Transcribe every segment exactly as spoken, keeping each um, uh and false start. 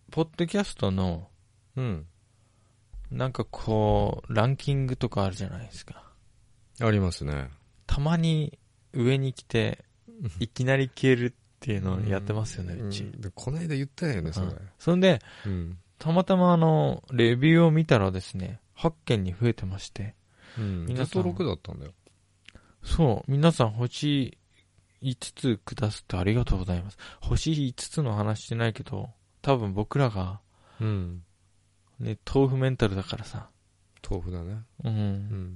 ポッドキャストの、 うん。 なんかこう、ランキングとかあるじゃないですか。 ありますね。 たまに上に来て、いきなり消えるっていうのをやってますよね、うち。 うん、でこの間言ったよね、それ。 うん、そんで、 うん、 たまたまあの、レビューを見たらですね、はちけんに増えてまして。 うん。 皆さんずっとろくだったんだよ。 そう、皆さん星いつつくだすってありがとうございます。星いつつの話してないけど、多分僕らが、 うん。 ね、豆腐メンタルだからさ。 豆腐だね。 うん。 うん。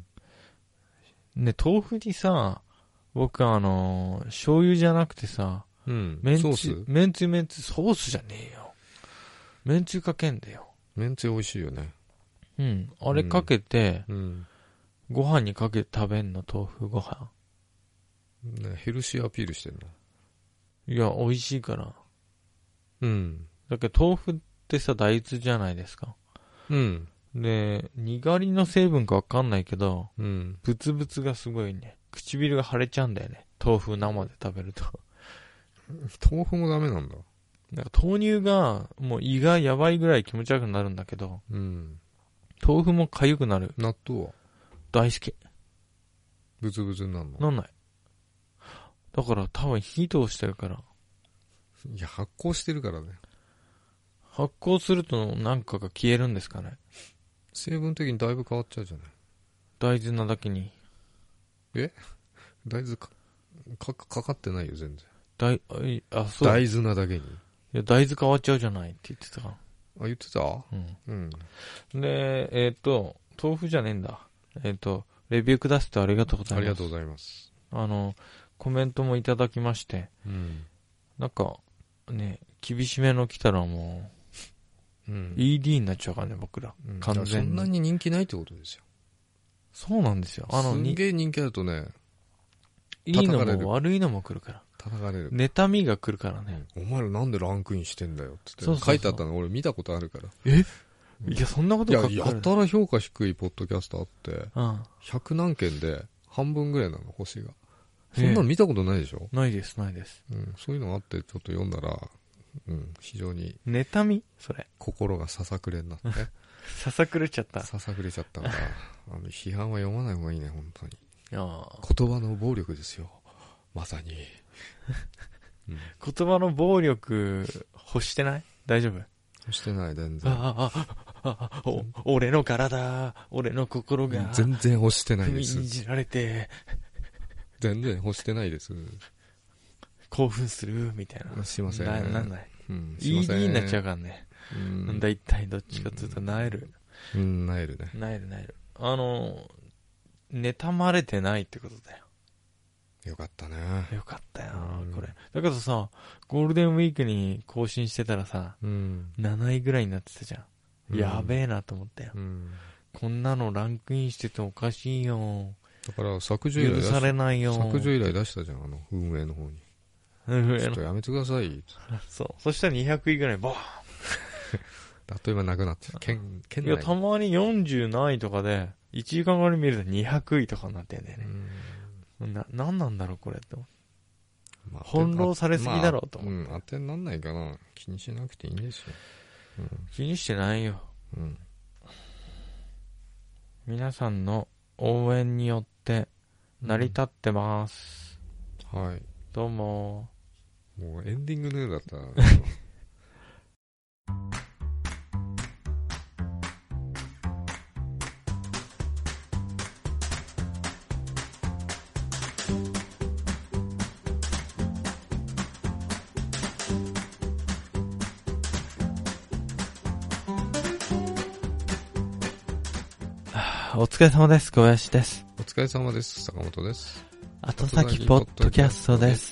ね、豆腐にさ、僕あの、醤油じゃなくてさ、 うん。 めんつソースめんつゆめんつゆ、ソースじゃねえよ。めんつゆかけんだよ。 めんつゆ美味しいよね。 うん。あれかけて、 うん。 ご飯にかけて食べんの、豆腐ご飯。 ね、ヘルシーアピールしてんの。 いや、美味しいから。 うん。 だけど豆腐ってさ、大豆じゃないですか。 うん。 で、にがりの成分かわかんないけど、 うん。 ブツブツがすごいね。唇が腫れちゃうんだよね。豆腐生で食べると。 豆腐もダメなんだ。 なんか豆乳が、もう胃がやばいぐらい気持ち悪くなるんだけど、 うん。 豆腐も痒くなる。 納豆は大好き。 ブツブツになるの？ なんない。だから多分火通してるから。 いや、発酵してるからね。 発酵すると何かが消えるんですかね。 成分的にだいぶ変わっちゃうじゃない。 大豆なだけに。 え大豆か、か、かかってないよ、全然。 大、あ、そう。 大豆なだけに。いや、大豆変わっちゃうじゃないって言ってたから。 あ、言ってた？ うん。 うん。 で、えっ、ー、と、豆腐じゃねえんだ。えっ、ー、と、レビューくださってありがとうございます。 ありがとうございます。 あの、コメントもいただきまして、 うん。 なんか、ね、厳しめの来たらもう、うん、イーディー になっちゃうからね、僕ら。 うん、 完全に。 そんなに人気ないってことですよ。 そうなんですよ。あの、 すんげえ人気あるとね、 いいのも悪いのも来るから。 叩かれる。 妬みが来るからね。 お前らなんでランクインしてんだよって言って。 そうそうそう書いてあったの俺見たことあるから。 えいや、そんなこと書かれる。 いや、やたら評価低いポッドキャストあって、 うん、 ひゃく何件で半分ぐらいなの、星が。そんなの見たことないでしょ？ ないです、ないです。 うん、そういうのがあってちょっと読んだら、うん、非常に。 妬みそれ。 心がささくれになって。 ささくれちゃった。 ささくれちゃったから、あの、批判は読まない方がいいね、本当に。 あ言葉の暴力ですよ。まさに。 うん、言葉の暴力、欲してない？大丈夫？ 欲してない、全然。 ああ、ああ、お、俺の体、俺の心が。 全然欲してないです。 踏みにじられて。 全然欲してないです。 興奮するみたいな。 しません。 な、なんない。 うん、 イーディー になっちゃうからね。 うん。 だいたいどっちかっていうと、なえる。 うん、なえるね。 なえるなえる。あの、妬まれてないってことだよ。 よかったね。 よかったよ、これ。だけどさ、ゴールデンウィークに更新してたらさ、うん、なないぐらいになってたじゃん。うん、やべえなと思ったよ、うん。こんなのランクインしてておかしいよ。 だから削除依頼許されないよ。 削除依頼出したじゃん、あの、運営の方に。運営のちょっとやめてください。 そう。そしたらにひゃくいぐらい、バーンあっという間なくなって、県、県内。 いや、たまによんじゅう何位とかで、いちじかん後に見るとにひゃくいとかになってんだよね。な、なんなんだろう、これって。まあ、翻弄されすぎだろうと思って。 まあ、うん、当てになんないかな。気にしなくていいんですよ。 うん、気にしてないよ。うん。皆さんの応援によって成り立ってます。 うん、はい。 どうも。 もうエンディングのようだった。 お疲れ様です。小林です。 お疲れ様です。坂本です。 後先ポッドキャストです。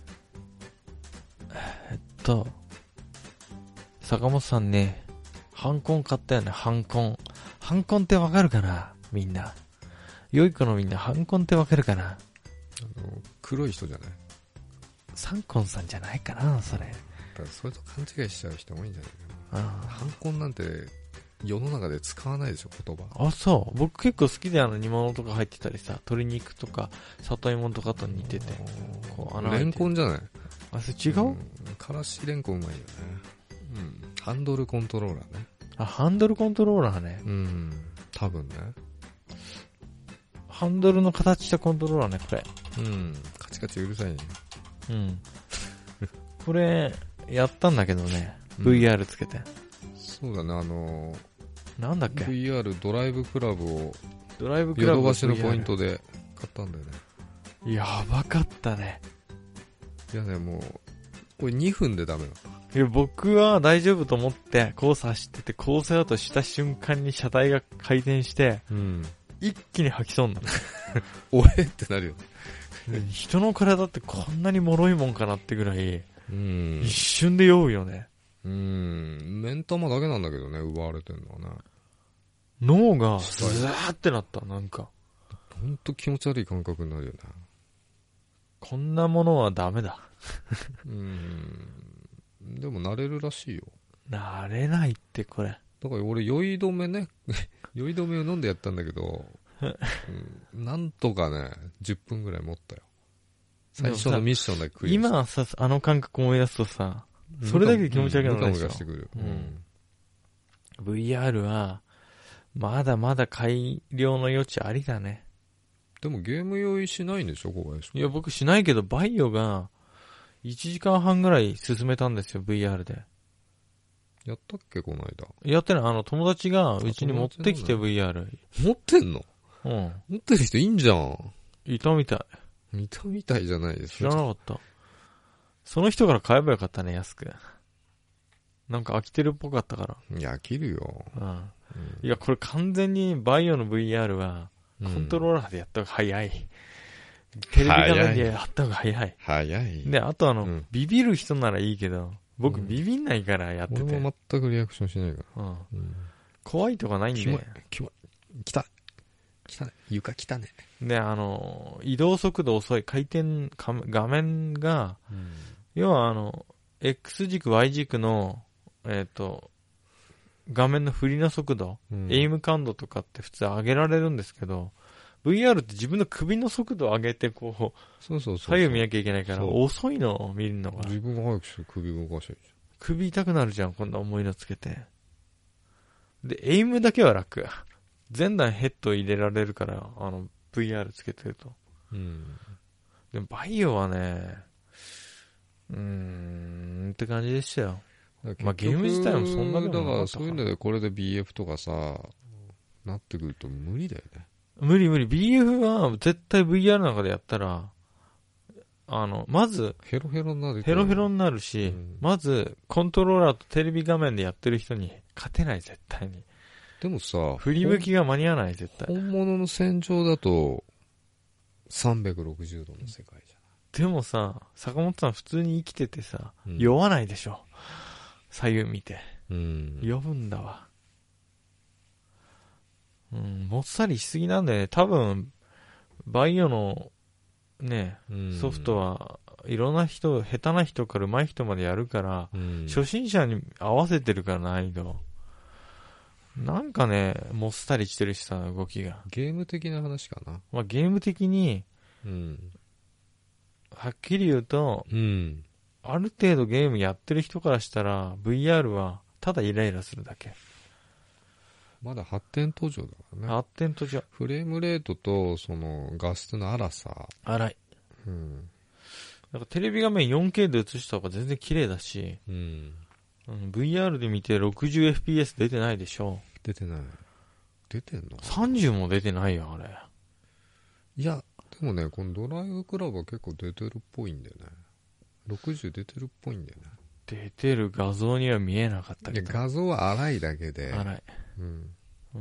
えっと、坂本さんね、ハンコン買ったよね、ハンコン。ハンコンってわかるかなみんな。良い子のみんな、ハンコンってわかるかな？あの、黒い人じゃない？ サンコンさんじゃないかなそれ。 だそれと勘違いしちゃう人多いんじゃないかな。ハンコンなんて、世の中で使わないでしょ、言葉。 あ、そう。僕結構好きであの煮物とか入ってたりさ、鶏肉とか里芋とかと似てて。 こう穴レンコンじゃない？ あ、それ違う？うん、 からしレンコンうまいよね。 ハンドルコントローラーね。 あ、ハンドルコントローラーね。 うん。多分ね。 ハンドルの形したコントローラーね、これ。 うん。カチカチうるさいね。 うん。これ、やったんだけどね。ブイアール つけて。うん、 そうだね、あのー、 なんだっけブイアール ドライブクラブを、 ドライブクラブヨドバシのポイントで買ったんだよね。 やばかったね。 いやね、もう、これにふんでダメだった。 いや、僕は大丈夫と思って、こう差してて、こうせようとした瞬間に車体が回転して、うん、一気に吐きそうになる。 おえってなるよね。 人の体ってこんなに脆いもんかなってぐらい、うん、一瞬で酔うよね。 うん、目ん玉だけなんだけどね、奪われてるのはね。 脳がズーってなった、なんか。 ほんと気持ち悪い感覚になるよね。 こんなものはダメだ。 うん。でも慣れるらしいよ。 慣れないってこれ。 だから俺酔い止めね、酔い止めを飲んでやったんだけど、うん、なんとかね、じゅっぷんぐらい持ったよ。最初のミッションだけクリアした。 今さ、あの感覚思い出すとさ、それだけで気持ち悪くなるでしょ。 ムカムカしてくる。 うん。ブイアール は、まだまだ改良の余地ありだね。 でもゲーム用意しないんでしょ、小林。 いや、僕しないけど、バイオが、いちじかんはんぐらい進めたんですよ、ブイアール で。 やったっけ、この間。 やってない。あの、友達がうちに持ってきて ブイアール。 持ってんの？ うん。 持ってる人いいんじゃん。 いたみたい。いたみたいじゃないですか。 知らなかった。その人から買えばよかったね、安く。なんか飽きてるっぽかったから。 いや、飽きるよ。 うん。うん、いや、これ完全にバイオの ブイアール は、コントローラーでやった方が早い。うん、テレビ画面でやった方が早い。 早い。 で、あとあの、うん、ビビる人ならいいけど、僕ビビんないからやってて。 俺も全くリアクションしないから。うん。うん、 怖いとかないんで。 キモい。キモい。来た。来たね。床来たね。 で、あの、移動速度遅い回転、画面が、うん、要はあの、X 軸、Y 軸の、えっと、画面の振りの速度、うん、エイム感度とかって普通上げられるんですけど、ブイアール って自分の首の速度を上げてこう、 そうそうそう左右見なきゃいけないから、遅いのを見るのが。 自分が早くして首動かしちゃうじゃん。 首痛くなるじゃん、こんな重いのつけて。で、エイムだけは楽。前段ヘッド入れられるから、あの、ブイアール つけてると。うん。でも、バイオはね、うーん、って感じでしたよ。まあ、ゲーム自体もそんなでもなかったか。 だからそういうのでこれで ビーエフ とかさ、なってくると無理だよね。 無理無理。ビーエフ は絶対 ブイアール の中でやったら、あの、まず、 ヘロヘロになる。 ヘロヘロになるし、うん、まず、コントローラーとテレビ画面でやってる人に勝てない、絶対に。 でもさ、 振り向きが間に合わない、絶対。 本物の戦場だと、さんびゃくろくじゅうどの世界じゃない。でもさ、坂本さん普通に生きててさ、うん、酔わないでしょ。左右見て。うん。酔うんだわ。うん、もっさりしすぎなんだよね。多分、バイオの、ね、うん、ソフトはいろんな人、下手な人から上手い人までやるから、うん、初心者に合わせてるから難易度。なんかね、もっさりしてるしさ、動きが。 ゲーム的な話かな。 まあ、ゲーム的に、うん、はっきり言うと、うん、ある程度ゲームやってる人からしたら ブイアール はただイライラするだけ。 まだ発展途上だからね。 発展途上。 フレームレートとその画質の荒さ。 荒い。うん。なんかテレビ画面 よんケー で映した方が全然綺麗だし、うん。うん、ブイアール で見て ろくじゅうエフピーエス 出てないでしょ。 出てない。出てんの ? さんじゅう も出てないよ、あれ。 いや、でもね、このドライブクラブは結構出てるっぽいんだよね。ろくじゅう出てるっぽいんだよね。 出てる画像には見えなかったけど。 いや、画像は荒いだけで。 荒い。うん。うん。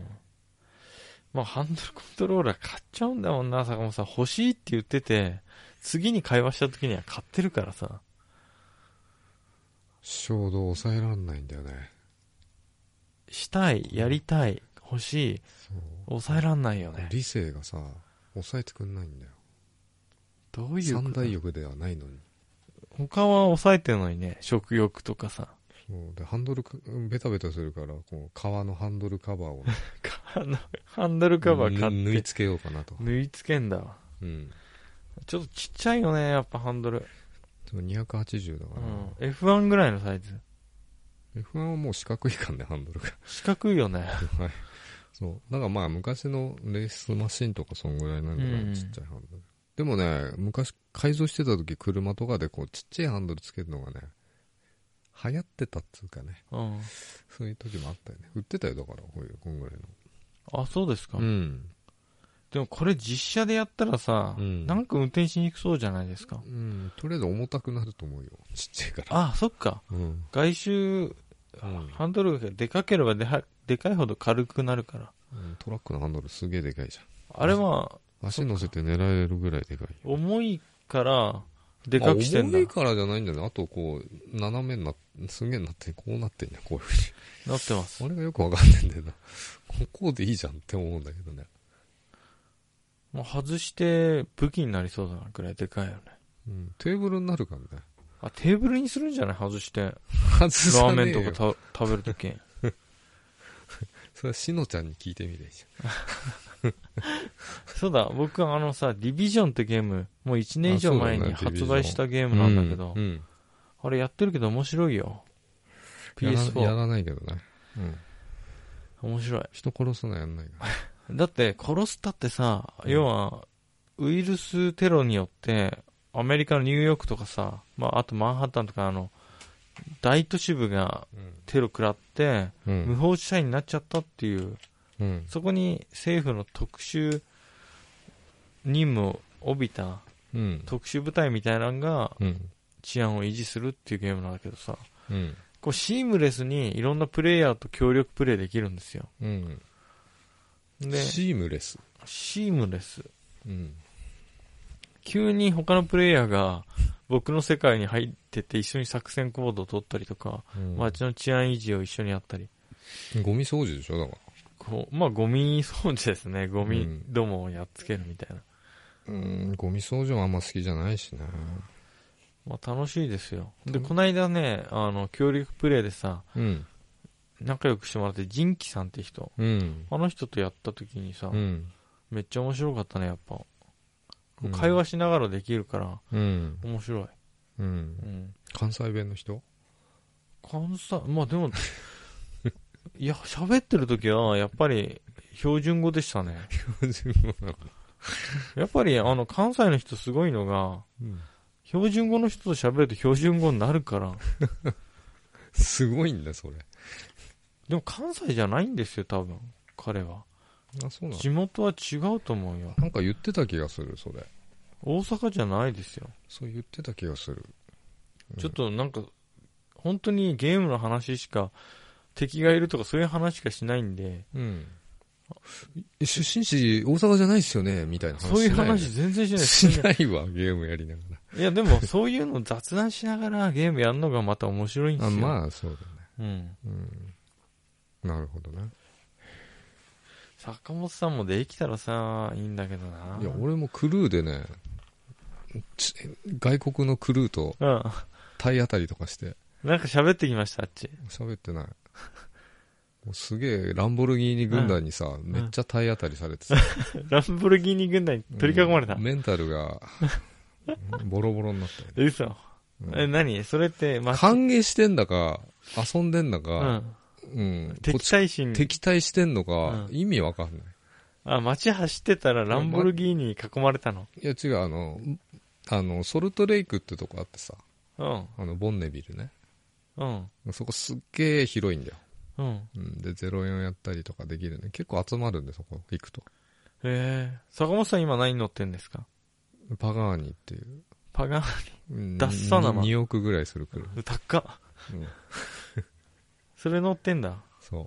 まあ、ハンドルコントローラー買っちゃうんだもんな、坂本さん。欲しいって言ってて、次に会話した時には買ってるからさ。 衝動抑えらんないんだよね。 したい、やりたい、欲しい。抑えらんないよね。 理性がさ、抑えてくんないんだよ。 どういうこと？ 三大欲ではないのに。 他は抑えてるのにね、食欲とかさ。 そうでハンドルベタベタするからこう革のハンドルカバーを、ね、 革のハンドルカバー買って縫い付けようかなと。 縫い付けんだわ。うん。ちょっとちっちゃいよね、やっぱハンドル。 でもにひゃくはちじゅうだから。 うん。エフワン ぐらいのサイズ。 エフワン はもう四角いからね、ハンドルが。 四角いよね。 はい。そう。だからまあ昔のレースマシンとかそんぐらいなんだよ、うん、ちっちゃいハンドル。でもね、昔改造してた時車とかでこうちっちゃいハンドルつけるのがね、流行ってたっつうかね。うん。そういう時もあったよね。売ってたよ、だから、こういう、こんぐらいの。 あ、そうですか。 うん。 でもこれ実車でやったらさ、うん、なんか運転しにくそうじゃないですか。 うん。とりあえず重たくなると思うよ。ちっちゃいから。 あ、そっか。うん、外周、うん、ハンドルがでかければではでかいほど軽くなるから、 うん。トラックのハンドルすげえでかいじゃん。 あれは、 足乗せて狙えるぐらいでかい。 重いから、でかくしてんだ。 重いからじゃないんだよね。あとこう、斜めになって、すげえなって、こうなってんね。こういうふうに。 なってます。 あれがよくわかんないんだよな。ここでいいじゃんって思うんだけどね。 もう外して武器になりそうだなくらいでかいよね。 うん。テーブルになるからね。 あ、テーブルにするんじゃない外して。 外さねえよ。 ラーメンとかた食べるとき。 それはしのちゃんに聞いてみればいいじゃん。 そうだ、僕はあのさ、ディビジョンってゲーム、もういちねん以上前に発売したゲームなんだけど、あ,、ねうんうん、あれやってるけど面白いよ。ピーエスフォー。 やら, やらないけどね。 うん。面白い。 人殺すのやんないから。 だって、殺したってさ、うん、要は、ウイルステロによって、アメリカのニューヨークとかさ、まあ、あとマンハッタンとかあの、大都市部がテロ食らって、うん、無法地帯になっちゃったっていう、うん、そこに政府の特殊任務を帯びた特殊部隊みたいなのが治安を維持するっていうゲームなんだけどさ、うん、こうシームレスにいろんなプレイヤーと協力プレイできるんですよ、うん、 でシームレスシームレス、うん、急に他のプレイヤーが僕の世界に入ってて一緒に作戦行動を取ったりとか、うん、街の治安維持を一緒にやったり。 ゴミ掃除でしょだから。 こうまあゴミ掃除ですね。ゴミどもをやっつけるみたいな。 うん、ゴミ掃除はあんま好きじゃないしな。 まあ楽しいですよ。で、こないだね、あの、協力プレイでさ、うん、仲良くしてもらって、ジンキさんって人、うん、あの人とやった時にさ、うん、めっちゃ面白かったね、やっぱ。うん、会話しながらできるから、うん、面白い。 うんうん、関西弁の人？ 関西、まあでも、いや、喋ってる時は、やっぱり、標準語でしたね。標準語なのやっぱり、あの、関西の人すごいのが、うん、標準語の人と喋ると標準語になるから。 すごいんだ、それ。 でも関西じゃないんですよ、多分、彼は。 あ、そうなの？ 地元は違うと思うよ。 なんか言ってた気がする、それ。 大阪じゃないですよ。 そう言ってた気がする。 うん、ちょっとなんか、本当にゲームの話しか、敵がいるとかそういう話しかしないんで。うん。 出身地大阪じゃないですよねみたいな話しない、ね。 そういう話全然しない。 しないわ、ゲームやりながら。いや、でもそういうの雑談しながらゲームやるのがまた面白いんですよ。 あ、まあ、そうだね。うん。うん。なるほどね。 坂本さんもできたらさ、いいんだけどな。 いや、俺もクルーでね、外国のクルーと体当たりとかして。 うん、なんか喋ってきました、あっち。 喋ってない。もうすげえランボルギーニ軍団にさ、うん、めっちゃ体当たりされてさ、 うん、ランボルギーニ軍団に取り囲まれた、 うん、メンタルがボロボロになったよ、 ね、嘘、うん、え、何それって、 ま、歓迎してんだか遊んでんだか、 うんうん、敵対心敵対してんのか、うん、意味わかんない。 あ、街走ってたらランボルギーニに囲まれたの？ いや違う、あのあのソルトレイクってとこあってさ、うん、あのボンネビルね、うん、そこすっげえ広いんだよ。うん、でゼロよんやったりとかできるね。結構集まるんで、そこ行くと。 へえ。坂本さん今何乗ってんですか？ パガーニっていう。 パガーニ、ダッサなのにおくぐらいする車。 高っ、うん、それ乗ってんだ。 そう。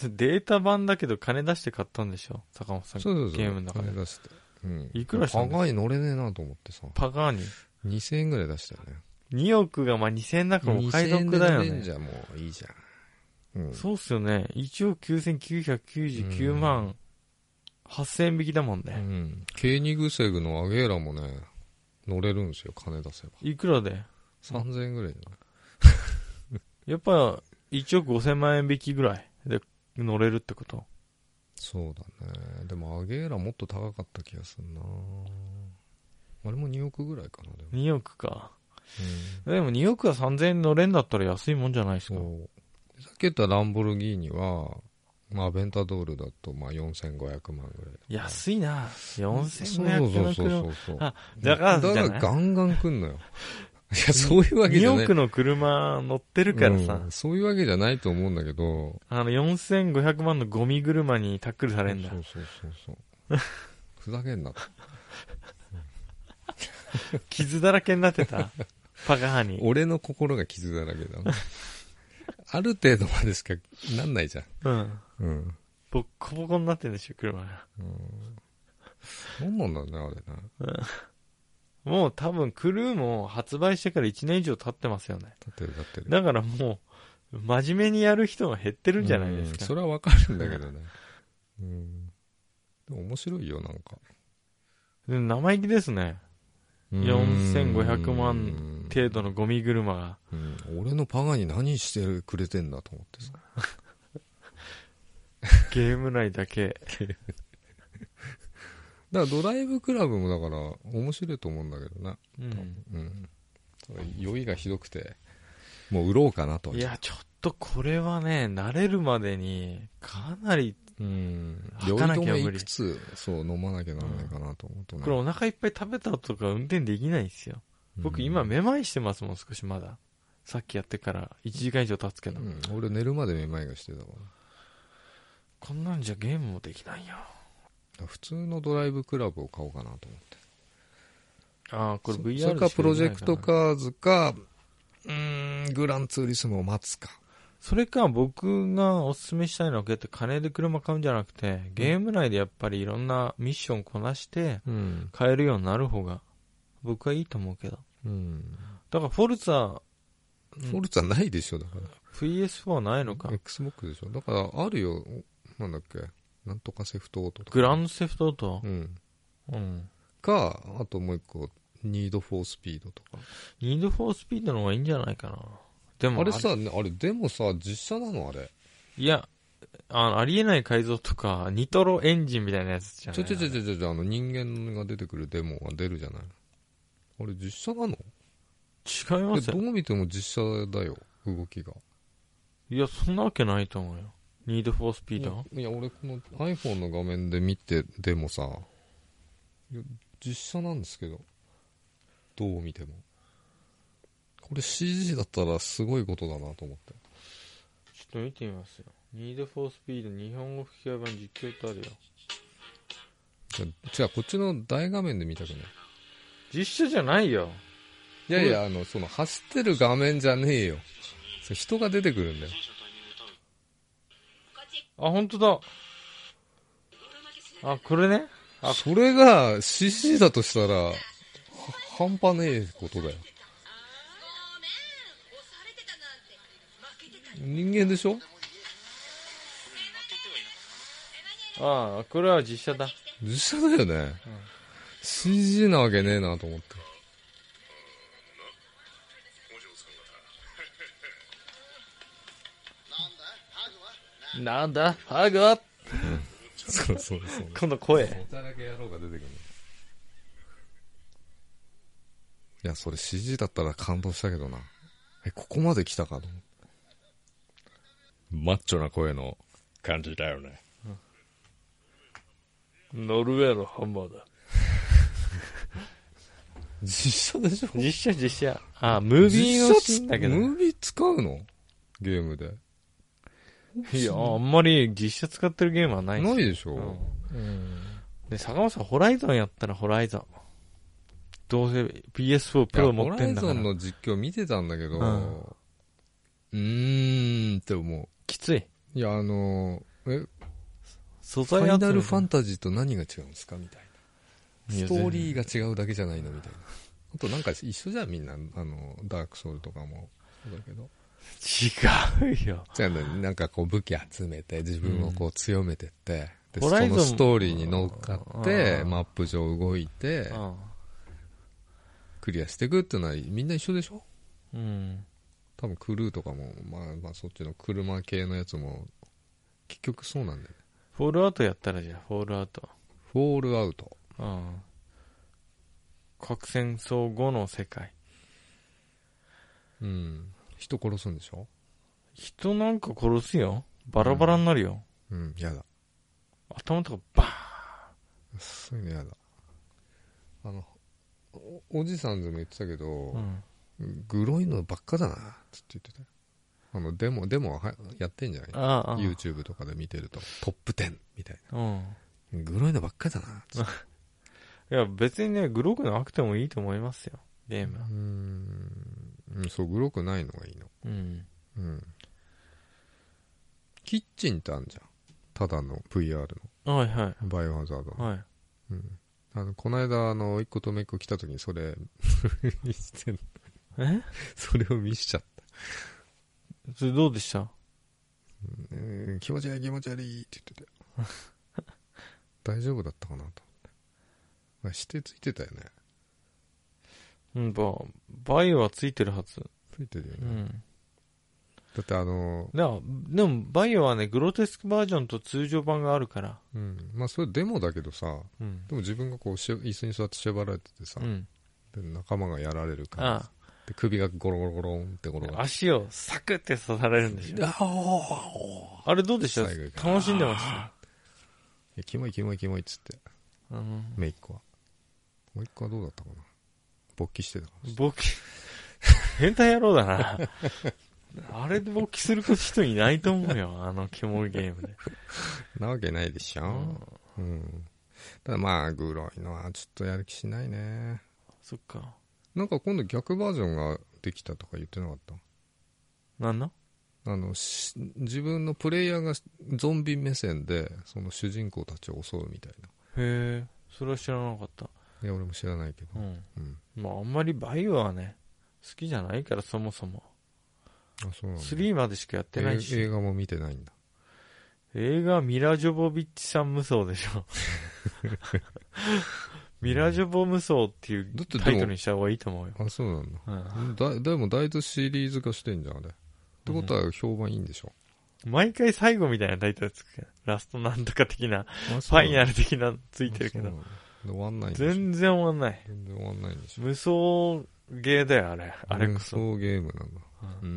データ版だけど金出して買ったんでしょ坂本さん。 そうそうそう、 ゲームの中で金出して、うん、 いくらしたんですか？ パガーニ乗れねえなと思ってさ。 パガーニにせんえんぐらい出したよね。 におくがまあにせんえんだからお買い得だよね。 にせんえんで乗れんじゃもういいじゃん。 うん、そうっすよね。いちおくきゅうせんきゅうひゃくきゅうじゅうきゅうまんはっせんえん引きだもんね。うん。 ケーニグセグのアゲーラもね、乗れるんですよ、金出せば。 いくらで？ さんぜんえんぐらいじゃないやっぱいちおくごせんまんえん引きぐらいで乗れるってこと？ そうだね。でもアゲーラもっと高かった気がするな。あれもにおくぐらいかな。でもにおくか。 うん、でもにおくはさんぜんえん乗れんだったら安いもんじゃないですか。 さっき言ったランボルギーニは、まあ、アベンタドールだとまあよんせんごひゃくまんぐらい。 安いな。よんせんごひゃくまんの車。 そうそうそうそう。 あ、だからじゃない、 だからガンガン来んのよ。いや、そういうわけじゃない。 におくの車乗ってるからさ、 うん。そういうわけじゃないと思うんだけど。 あの、よんせんごひゃくまんのゴミ車にタックルされんだ。 そうそうそうそう。ふざけんなと。 傷だらけになってた。パカハに。 俺の心が傷だらけだ。ある程度までしかなんないじゃん。 うん。 うん。 ボッコボコになってんでしょ、車が。 うん。なんなんだね、あれね。 うん。もう多分クルーも発売してからいちねん以上経ってますよね。 経ってる経ってる。 だからもう、真面目にやる人が減ってるんじゃないですか。 うん、それはわかるんだけどね。うん。でも面白いよ、なんか。 生意気ですね。よんせんごひゃくまん程度のゴミ車が、 うん、俺のパガに何してくれてんだと思ってさ。 ゲーム内だけ。 だからドライブクラブもだから面白いと思うんだけどな。 うん。 うん。酔いがひどくて、もう売ろうかなと。 いや、ちょっとこれはね、慣れるまでに、かなり、 うん。 吐かなきゃ無理。 酔い止めいくつ、そう、飲まなきゃならないかなと思うとね。 これお腹いっぱい食べた後とか運転できないんですよ。僕今めまいしてますもん、少しまだ。さっきやってからいちじかん以上経つけど。 うん、俺寝るまでめまいがしてたわ。 こんなんじゃゲームもできないよ。 普通のドライブクラブを買おうかなと思って。 ああ、これ ブイアールそれかプロジェクトカーズか、うーん、グランツーリスモを待つか。 それか僕がおすすめしたいのはこうやって金で車買うんじゃなくて、ゲーム内でやっぱりいろんなミッションこなして買えるようになる方が僕はいいと思うけど。 うん。 だからフォルツァ、 フォルツァないでしょ、だから。 ピーエスフォー ないのか。 Xbox でしょ。だからあるよ、なんだっけ、なんとかセフトオートとか。 グランドセフトオート。 うん。 うん。 か、あともう一個、ニードフォースピードとか。 ニードフォースピードの方がいいんじゃないかな。でもあれさ、あれ、あれでもさ、実写なのあれ。 いや、あの、ありえない改造とか、ニトロエンジンみたいなやつじゃない。 ちょちょちょちょちょ、あの人間が出てくるデモが出るじゃない。あれ実写なの？ 違いますよ。 どう見ても実写だよ、動きが。 いや、そんなわけないと思うよ。ニードフォースピード？ いや、いや俺この iPhone の画面で見て、でもさ、いや実写なんですけど、どう見ても。これ シージー だったらすごいことだなと思って。 ちょっと見てみますよ。ニードフォースピード、日本語吹き替え版実況ってあるよ。 じゃあ、こっちの大画面で見たくない。 実写じゃないよ。 いやいや、あの、その走ってる画面じゃねえよ。それ人が出てくるんだよ。 あ、ほんとだ。あ、これね。あ、 それが シージー だとしたら、半端ねえことだよ。人間でしょ？ ああ、これは実写だ。 実写だよね。うん、シージー なわけねえなと思って。 なんだハグは、うん、 そうそうそう。 今度声。 おちゃらけ野郎が出てくる。いや、それ シージー だったら感動したけどな。え、ここまで来たかと思って。マッチョな声の感じだよね。 うん、ノルウェーのハンマーだ。 実写でしょ？ 実写実写。あ、ムービーのシーンだけど。 ムービー使うの？ゲームで。 いや、あんまり実写使ってるゲームはないないでしょ、 うんうん、で、坂本さん、ホライゾンやったらホライゾン。どうせ ピーエスフォー プロ持ってんだから。 ホライゾンの実況見てたんだけど、うん、うーんって思う。 きつい。 いや、あの、え、 素材ファイナルファンタジーと何が違うんですかみたいな。ストーリーが違うだけじゃないのみたいな。あとなんか一緒じゃんみんな、あの、ダークソウルとかも。そうだけど。 違うよ。 じゃあなんかこう武器集めて自分をこう強めてって、うん、でそのストーリーに乗っかってマップ上動いてクリアしていくっていうのはみんな一緒でしょ。うん。多分クルーとかもまあまあそっちの車系のやつも結局そうなんだよね。 フォールアウトやったらじゃあフォールアウト。 フォールアウト。 うん。核戦争後の世界。 うん。人殺すんでしょ？ 人なんか殺すよ。バラバラになるよ。 うん、うん、やだ。 頭とかバーン。 そういうのやだ。あの、お, おじさんでも言ってたけど、うん、グロいのばっかだなって言ってたよ。あの、デモ、デモはやってんじゃない？ああ YouTube とかで見てると、トップテンみたいな。うん。グロいのばっかだなって。 いや、別にね、グロくなくてもいいと思いますよ、ゲームは。 うーん。そう、グロくないのがいいの。うん。うん。キッチンってあるじゃん。ただの ブイアールの。はいはい。 バイオハザードの。 はい。 うん。あの、この間、あの、一個とめっこ来た時にそれ、見してんの。えそれを見しちゃった。 それどうでした？ うん、気持ち悪い気持ち悪いって言ってて。大丈夫だったかなと思って。指定ついてたよね。 うん、ババイオはついてるはず。 ついてるよね。 うん。 だってあのー、でもバイオはね、グロテスクバージョンと通常版があるから。 うん。まあそれデモだけどさ、うん、でも自分がこう椅子に座って縛られててさ、うん、で仲間がやられるから、ああで首がゴロゴロゴロンってゴロゴロ。 足をサクって刺されるんでしょ。あれどうでした？楽しんでました？ え、キモいキモいキモいっつって。うん、めいっ子は。もう一個はどうだったかな。勃起してたかもしれない。 勃起変態野郎だな。あれで勃起する人いないと思うよ、あのキモいゲームで。 なわけないでしょ。うん。うん、ただまあグロいのはちょっとやる気しないね。 そっか。 なんか今度逆バージョンができたとか言ってなかった？ なんだ？ あの自分のプレイヤーがゾンビ目線でその主人公たちを襲うみたいな。 へえ、それは知らなかった。 いや俺も知らないけど、うんうん、まああんまりバイオはね好きじゃないから、そもそも。 あ、そうなんだ。 スリーまでしかやってないし。 映画も見てないんだ。 映画はミラ・ジョボビッチさん無双でしょ。ミラ・ジョボ無双っていうタイトルにした方がいいと思うよ。 あ、そうなんだ。うん、だでもだいぶシリーズ化してんじゃんあれ。ってことは評判いいんでしょ。 うん、毎回最後みたいなタイトルつくけど、ラストなんとか的な、ファイナル的なついてるけど。 終わんないんでしょ。全然終わんない。 全然終わんないんでしょ。 無双ゲーだよ、あれ。あれこそ。 無双ゲームなんだ。 うん。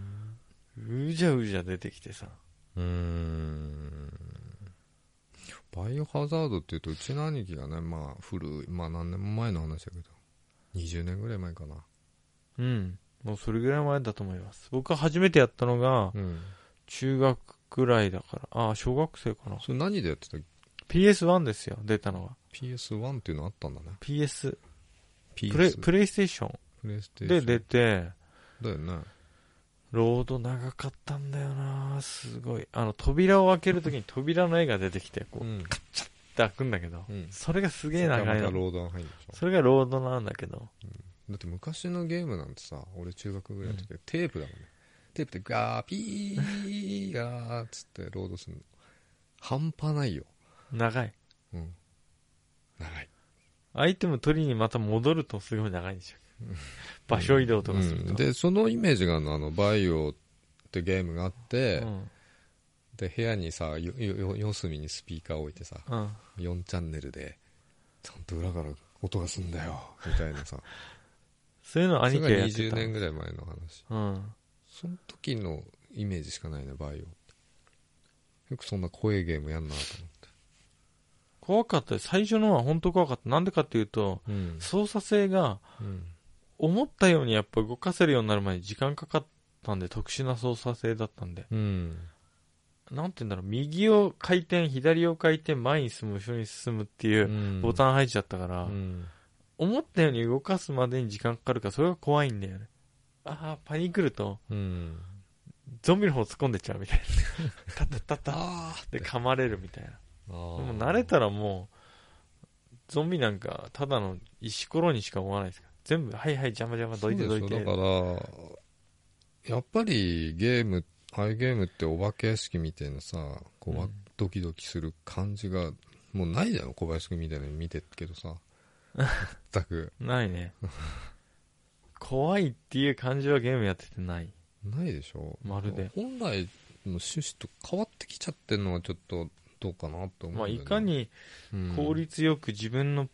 うじゃうじゃ出てきてさ。 うーん。バイオハザードって言うと、うちの兄貴がね、まあ古い、まあ何年も前の話だけど、にじゅうねんぐらい前かな。 うん。もうそれぐらい前だと思います。僕が初めてやったのが、うん、中学くらいだから。ああ、小学生かな。 それ何でやってた？ ピーエスワン ですよ、出たのは。 ピーエスワン っていうのあったんだね。 ピーエス。ピーエスプレ、プレイステーション。 プレイステーション。 で出て、 だよね。 ロード長かったんだよな、すごい。あの、扉を開けるときに扉の絵が出てきて、こう、うん、カッチャッって開くんだけど、うん、それがすげえ長いの。 それがロードが入るでしょ。 それがロードなんだけど、 うん。だって昔のゲームなんてさ、俺中学ぐらいの時、うん、テープだもんね。テープでガー、ピー、ガーっつってロードするの。半端ないよ。 長い。 うん。長い。 アイテム取りにまた戻るとすごい長いんでしょ。場所移動とかすると、 うん、でそのイメージがあのバイオってゲームがあって、うん、で部屋にさよよ四隅にスピーカーを置いてさ、うん、よんチャンネルでちゃんと裏から音がすんだよみたいなさそういうの兄貴がやってた。 にじゅうねんぐらい前の話、 うん、 その時のイメージしかないねバイオ。よくそんな怖いゲームやんなと思って。 怖かった。最初のは本当怖かった。なんでかっていうと、うん、操作性が、うん思ったようにやっぱ動かせるようになる前に時間かかったんで、特殊な操作性だったんで、うん、なんて言うんだろう、右を回転左を回転、前に進む後ろに進むっていうボタン入っちゃったから、うん、思ったように動かすまでに時間かかるから、それが怖いんだよね。ああパニクると、うん、ゾンビの方突っ込んでっちゃうみたいなタッタッタッタッで噛まれるみたいな。でも慣れたらもうゾンビなんかただの石ころにしか思わないですから、全部はいはい邪魔邪魔どいてどいて。 だからやっぱりゲーム、ああいうゲームってお化け屋敷みたいなさ、こう、うん、ドキドキする感じがもうないじゃん。小林くんみたいなの見てるけどさ全くないね怖いっていう感じはゲームやっててないないでしょ。 まるで本来の趣旨と変わってきちゃってるのはちょっとどうかなと思うんだよね。 まあ、いかに効率よく自分の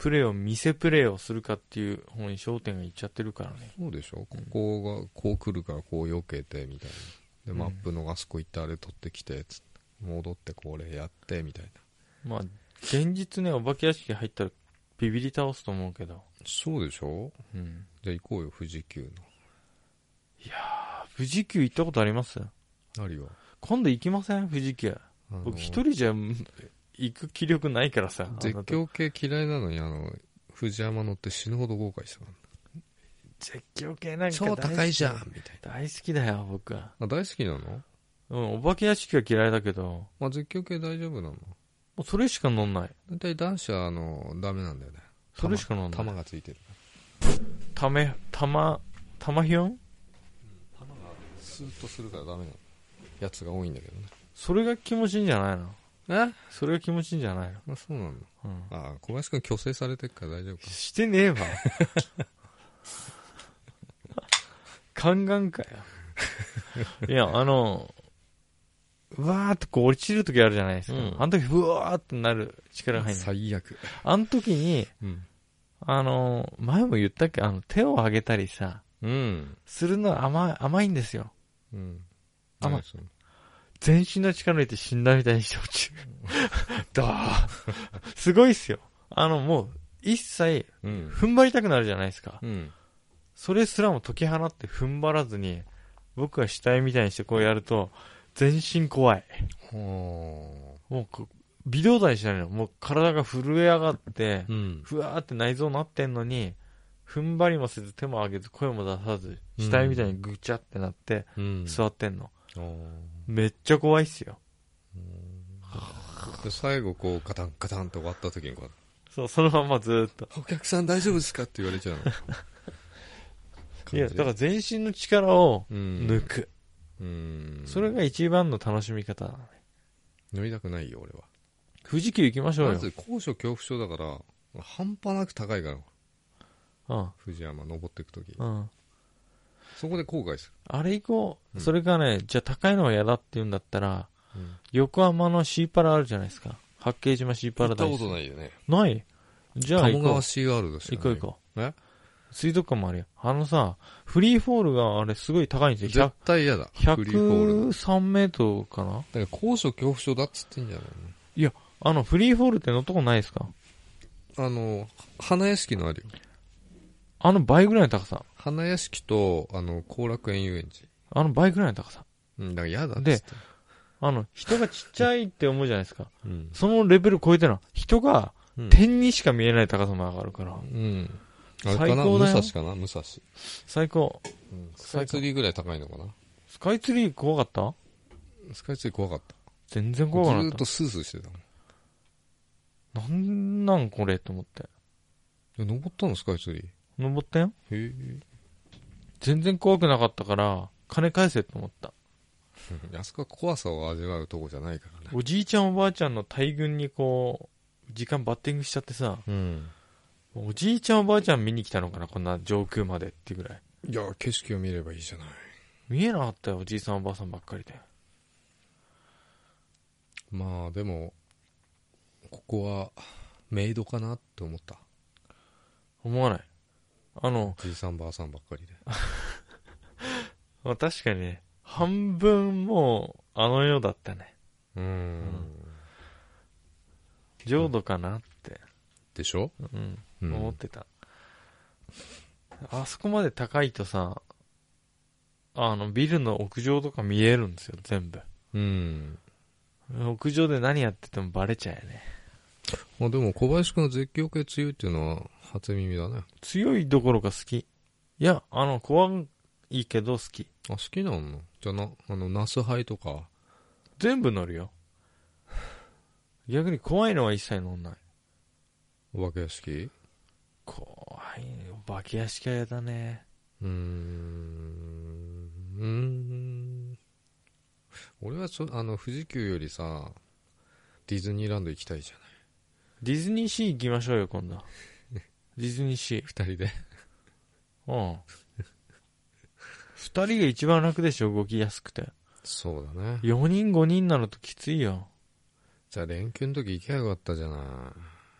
プレーを、見せプレーをするかっていう方に焦点がいっちゃってるからね。 そうでしょ、ここがこう来るからこう避けてみたいな。で、マップのあそこ行ってあれ取ってきて、つって戻ってこれやってみたいな。まあ、現実ね、お化け屋敷入ったらビビり倒すと思うけど。 そうでしょ、 うん。 じゃあ行こうよ、富士急の。 いやー、富士急行ったことあります？ あるよ。 今度行きません？富士急。あのー、僕一人じゃ行く気力ないからさ。 絶叫系嫌いなのに、あの、富士山乗って死ぬほど後悔したから。 絶叫系なんか超高いじゃんみたいな。大好きだよ、僕は。 あ、大好きなの？ うん、お化け屋敷は嫌いだけど。 まあ、絶叫系大丈夫なの？もうそれしか乗んない。 だいたい男子は、あの、ダメなんだよね。 それしか乗んない。 玉がついてる。 ため、玉、玉ひょん？ 玉がスーッとするからダメなやつが多いんだけどね。 それが気持ちいいんじゃないの？ え？ それが気持ちいいんじゃないの？ あ、そうなの。 うん。 あ、小林くん虚勢されてるから大丈夫か。 してねえわ。宦官かよ。いや、あの、うわーってこう落ちるときあるじゃないですか。うん、あの時、ふわーってなる力が入る。 最悪。 あの時に、うん、あの、前も言ったっけ、あの、手を上げたりさ、うん、するのは甘い、甘いんですよ。うん。甘い。全身の力入れて死んだみたいにして落ちる。だー。すごいっすよ。あの、もう、一切、踏ん張りたくなるじゃないですか。うん、それすらも解き放って踏ん張らずに、僕が死体みたいにしてこうやると、全身怖い。もう、微動だにしないの。もう体が震え上がって、うん、ふわーって内臓なってんのに、踏ん張りもせず手も上げず声も出さず、死体みたいにぐちゃってなって、うん、座ってんの。めっちゃ怖いっすよ。 で最後こうガタンガタンと終わった時にこう。 そう、そのままずーっと。 お客さん大丈夫ですかって言われちゃうの。 いや、だから全身の力を抜く。うん、それが一番の楽しみ方だね。 乗りたくないよ、俺は。 富士急行きましょうよ。 まず高所恐怖症だから、半端なく高いから。うん。富士山登っていくとき。うん。そこで後悔する。 あれ行こう。うん、それがね、じゃあ高いのは嫌だって言うんだったら、うん、横浜のシーパラあるじゃないですか。八景島シーパラダイス。 行ったことないよね。 ない？じゃあ行こう。 鴨川シーワールドしかない。 行こう行こう。え？水族館もあるよ。あのさ、フリーフォールがあれすごい高いんですよ。 絶対嫌だ。 ひゃくさんメートルかな？だから高所恐怖症だっつってんじゃないの？ いや、あの、フリーフォールって乗ったことないですか？ あの、花屋敷のあるよ。 あの倍ぐらいの高さ。 花屋敷と、あの、後楽園遊園地。 あの倍ぐらいの高さ。 うん、だから嫌だっつって。 で、あの、人がちっちゃいって思うじゃないですか。うん、そのレベル超えてるの。人が、点にしか見えない高さも上がるから。うん。 あれかな、武蔵かな、武蔵。 最高、 うん。スカイツリーぐらい高いのかな。 スカイツリー怖かった？ スカイツリー怖かった。 全然怖かった。 ずーっとスースーしてたもん。なんなんこれと思って。 え、登ったのスカイツリー？ 登ったよ。 へえ。 全然怖くなかったから、金返せと思った。 あそこは怖さを味わうとこじゃないからね。 おじいちゃんおばあちゃんの大群にこう、時間バッティングしちゃってさ、うん。おじいちゃんおばあちゃん見に来たのかなこんな上空までってぐらい。 いや、景色を見ればいいじゃない。 見えなかったよ、おじいさんおばあさんばっかりで。 まあでも、ここはメイドかなって思った。 思わない。あの、 おじいさんばあさんばっかりで。 まあ確かにね、半分もうあの世だったね。うーん。うん、浄土かなって。 でしょ？ うん。うん、思ってた。あそこまで高いとさ、あの、ビルの屋上とか見えるんですよ、全部。うん。屋上で何やっててもバレちゃうよね。 まあでも小林くんの絶叫系強いっていうのは初耳だね。 強いどころか好き。いや、あの、怖いけど好き。 あ、好きなの？じゃあな、あの、ナスハイとか。 全部乗るよ。逆に怖いのは一切乗んない。 お化け屋敷？ 怖い。お化け屋敷は嫌だね。うーん。 うーん。俺はちょ、あの、富士急よりさ、ディズニーランド行きたいじゃない。 ディズニーシー行きましょうよ、今度。ディズニーシー。 二人で。 うん。二人が一番楽でしょ、動きやすくて。 そうだね。 四人五人なのときついよ。 じゃあ連休の時行けばよかったじゃない。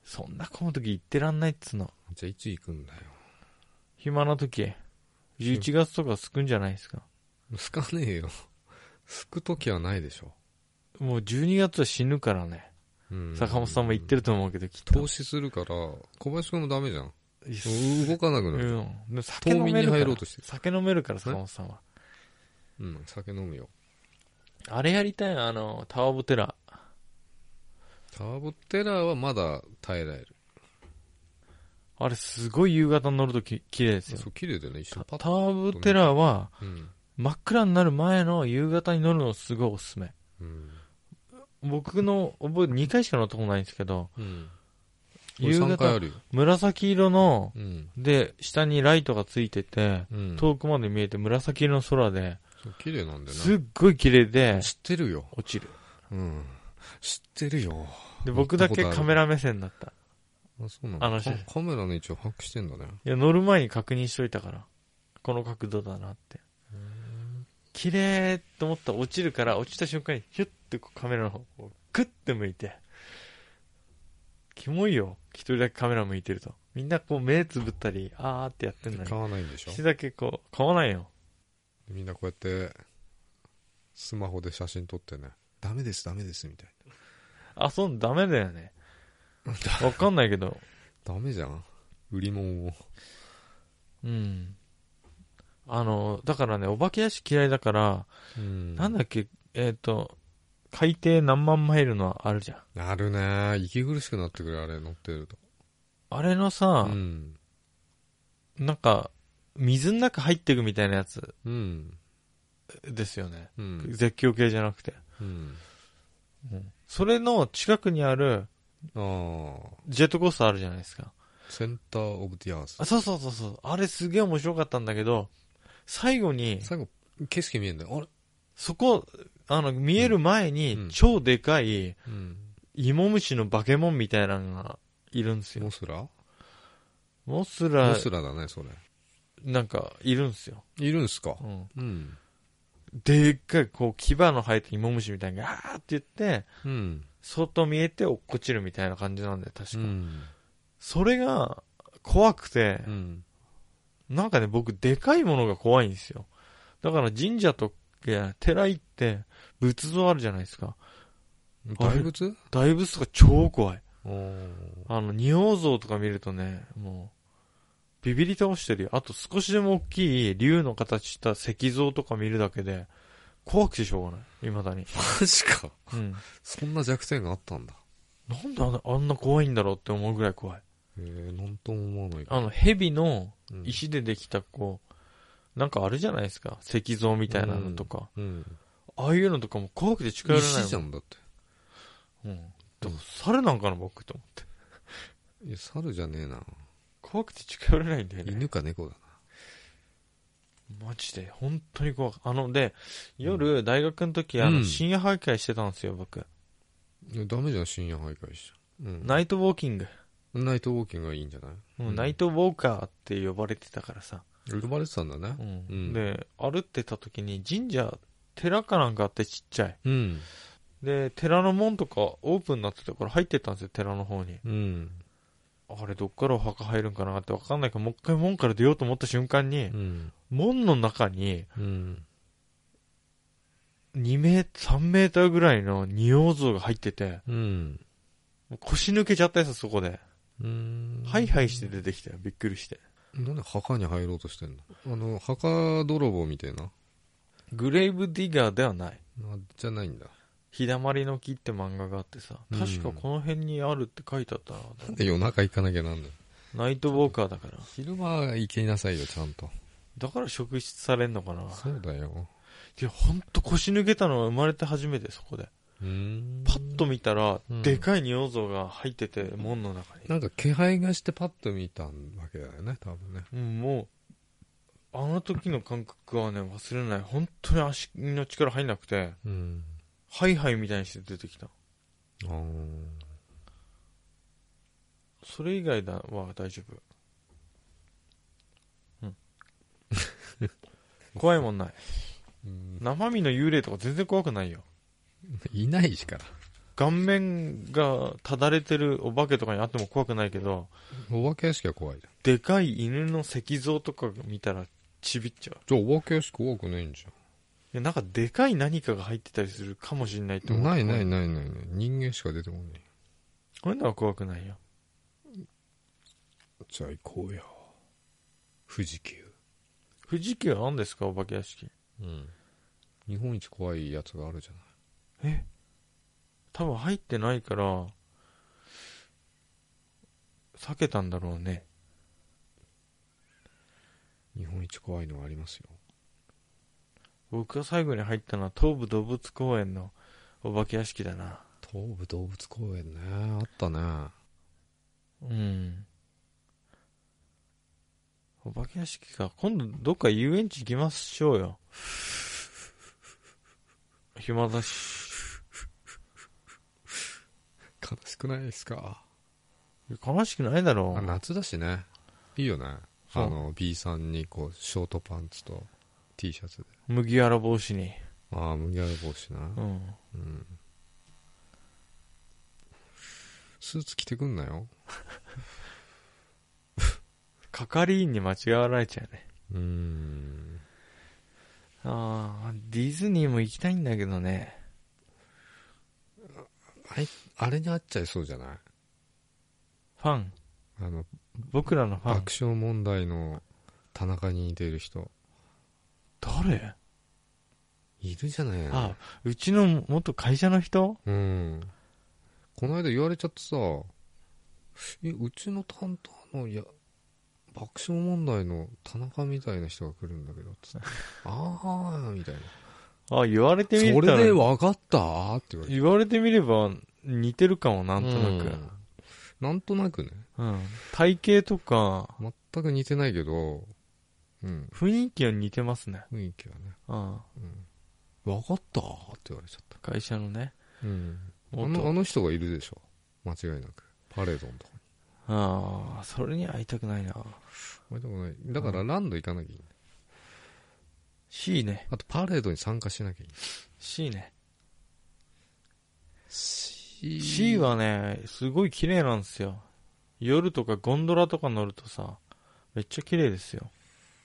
そんな混む時行ってらんないっつうの。 じゃあいつ行くんだよ。 暇な時。じゅういちがつとかすくんじゃないですか。 すかねえよ。すく時はないでしょ。 もうじゅうにがつは死ぬからね。坂本さんも言ってると思うけど、きっと。 投資するから、小林くんもダメじゃん。動かなくなる。 うん。酒飲めるから。酒飲めるから、坂本さんは。 うん、酒飲むよ。 あれやりたいあの、タワーボテラー。 タワーボテラーはまだ耐えられる。 あれすごい夕方に乗るとき綺麗ですよ。 そう、綺麗だよね、一瞬パッと。 タワーボテラーは、 うん、 真っ暗になる前の夕方に乗るのすごいおすすめ。うん、僕の覚えにかいしか乗ったことないんですけど、うん、夕方紫色の、うん、で下にライトがついてて、うん、遠くまで見えて紫色の空で、 そう綺麗なんだよね。 すっごい綺麗で、 知ってるよ。 落ちる。 うん。知ってるよ。 で僕だけカメラ目線だった。 あ、そうなんだ。あのカメラの位置を把握してんだね。 いや乗る前に確認しといたから、この角度だなって。綺麗と思ったら落ちるから、落ちた瞬間にヒュッてこうカメラの方をグッて向いて、キモいよ、一人だけカメラ向いてると。みんなこう目つぶったりあーってやってんのに、 買わないんでしょ。 一人だけこう買わないよ。 みんなこうやってスマホで写真撮ってね、ダメですダメですみたいな。あ、そうダメだよね。わかんないけど。 ダメじゃん。売り物を。 うん。あの、だからね、お化け屋敷嫌いだから、うん、なんだっけ、えっ、ー、と、海底何万マイルのあるじゃん。 あるね。息苦しくなってくる、あれ乗ってると。 あれのさ、うん、なんか、水の中入っていくみたいなやつ。うん。ですよね。うん、絶叫系じゃなくて。うんうん、それの近くにある、あジェットコースターあるじゃないですか。 センターオブディアース。 あ、そうそうそうそう。あれすげえ面白かったんだけど、最後に、 最後、景色見えるんだよ。あれそこ、あの、見える前に、超でかい、うん、芋虫の化け物みたいなのがいるんですよ。 モスラモスラ。 モスラだね、それ。 なんか、いるんですよ。 いるんすか。 うん。うん、でっかい、こう、牙の生えた芋虫みたいなのが、あーって言って、うん、外見えて落っこちるみたいな感じなんだよ、確か。うん、それが、怖くて、うん、なんかね、僕、でかいものが怖いんですよ。だから神社とか寺行って、仏像あるじゃないですか。 大仏？ 大仏とか超怖い。あの、仁王像とか見るとね、もう、ビビり倒してるよ。あと少しでも大きい竜の形した石像とか見るだけで、怖くてしょうがない。未だに。 マジか。うん。そんな弱点があったんだ。 なんであんな、あんな怖いんだろうって思うぐらい怖い。 へえ、なんとも思わないか。 あの、蛇の石でできた、こう、なんかあるじゃないですか。石像みたいなのとか。うん。うん、ああいうのとかも怖くて近寄れないもん。 石じゃんだって。 うん。でも、猿なんかな、僕と思って。 いや、猿じゃねえな。 怖くて近寄れないんだよね。 犬か猫だな。マジで、本当に怖く。あの、で、夜、大学の時、あの、深夜徘徊してたんですよ、僕。 いや、ダメじゃん、深夜徘徊しちゃう。うん。 ナイトウォーキング。 ナイトウォーキングがいいんじゃない？ うん、ナイトウォーカーって呼ばれてたからさ。 呼ばれてたんだね。 うん。うん、で、歩ってた時に、神社、寺かなんかあってちっちゃい。うん。で、寺の門とかオープンになってたから入ってったんですよ、寺の方に。うん。あれ、どっからお墓入るんかなって分かんないから、もう一回門から出ようと思った瞬間に、うん、門の中に、うん、にメートル、さんメーターぐらいの仁王像が入ってて、うん、腰抜けちゃったやつ、そこで。うん、ハイハイして出てきたよ、びっくりして。 なんで墓に入ろうとしてんの？あの、墓泥棒みたいな。 グレイブディガーではない。 あ、じゃないんだ。 日だまりの木って漫画があってさ、確かこの辺にあるって書いてあったな。 なんで夜中行かなきゃなんだよ。 ナイトウォーカーだから。 昼間行けなさいよ、ちゃんと。 だから職質されんのかな。 そうだよ。 いや、ほんと腰抜けたのは生まれて初めて、そこで。うーん、パッと見たら、うん、でかい仁王像が入ってて、門の中に。 なんか気配がしてパッと見たわけだよね、多分ね。 うん、もう、あの時の感覚はね、忘れない。本当に足の力入んなくて、うん、ハイハイみたいにして出てきた。あー、それ以外だは大丈夫。うん。怖いもんない。うん、生身の幽霊とか全然怖くないよ。 いないしから。 顔面がただれてるお化けとかにあっても怖くないけど、 お化け屋敷は怖いじゃん。 でかい犬の石像とか見たらちびっちゃう。 じゃあお化け屋敷怖くないんじゃん。 いや、なんかでかい何かが入ってたりするかもしれないって思う。 ないないないないない。人間しか出てこない。 こういうのは怖くないよ。 じゃあ行こうよ。富士急。 富士急は何ですか、お化け屋敷。 うん。日本一怖いやつがあるじゃない。 え多分入ってないから、避けたんだろうね。 日本一怖いのがありますよ。 僕が最後に入ったのは東武動物公園のお化け屋敷だな。 東武動物公園ね。あったね。 うん。お化け屋敷か。今度どっか遊園地行きましょうよ。暇だし。 悲しくないですか？ 悲しくないだろう。 あ、夏だしね。いいよね。あの B さんにこうショートパンツと T シャツで麦わら帽子に。 ああ、麦わら帽子な。 うん、 うん、スーツ着てくんなよ。 係員に間違われちゃうね。 うーん。 ああ、ディズニーも行きたいんだけどね。 あい、あれに会っちゃいそうじゃない？ ファン。 あの、 僕らのファン。 爆笑問題の田中に似てる人。 誰？ いるじゃないの。 あ、うちの元会社の人？ うん。この間言われちゃってさ、え、うちの担当の、いや、爆笑問題の田中みたいな人が来るんだけど、つって。あー、みたいな。 あ、言われてみれば。 それで分かったって言われて。 言われてみれば似てるかも、なんとなく。うん、 なんとなくね。 うん。体型とか。 全く似てないけど、うん。 雰囲気は似てますね。 雰囲気はね。 ああ、 うん。分かったって言われちゃった。 会社のね。 うん。あの、あの人がいるでしょ。間違いなく。パレードのとこに。 ああ、それに会いたくないな。 会いたくない。だからランド行かなきゃいい。 C ね。 あとパレードに参加しなきゃいい。 C ね。 C。 C はね、すごい綺麗なんですよ。夜とかゴンドラとか乗るとさ、めっちゃ綺麗ですよ。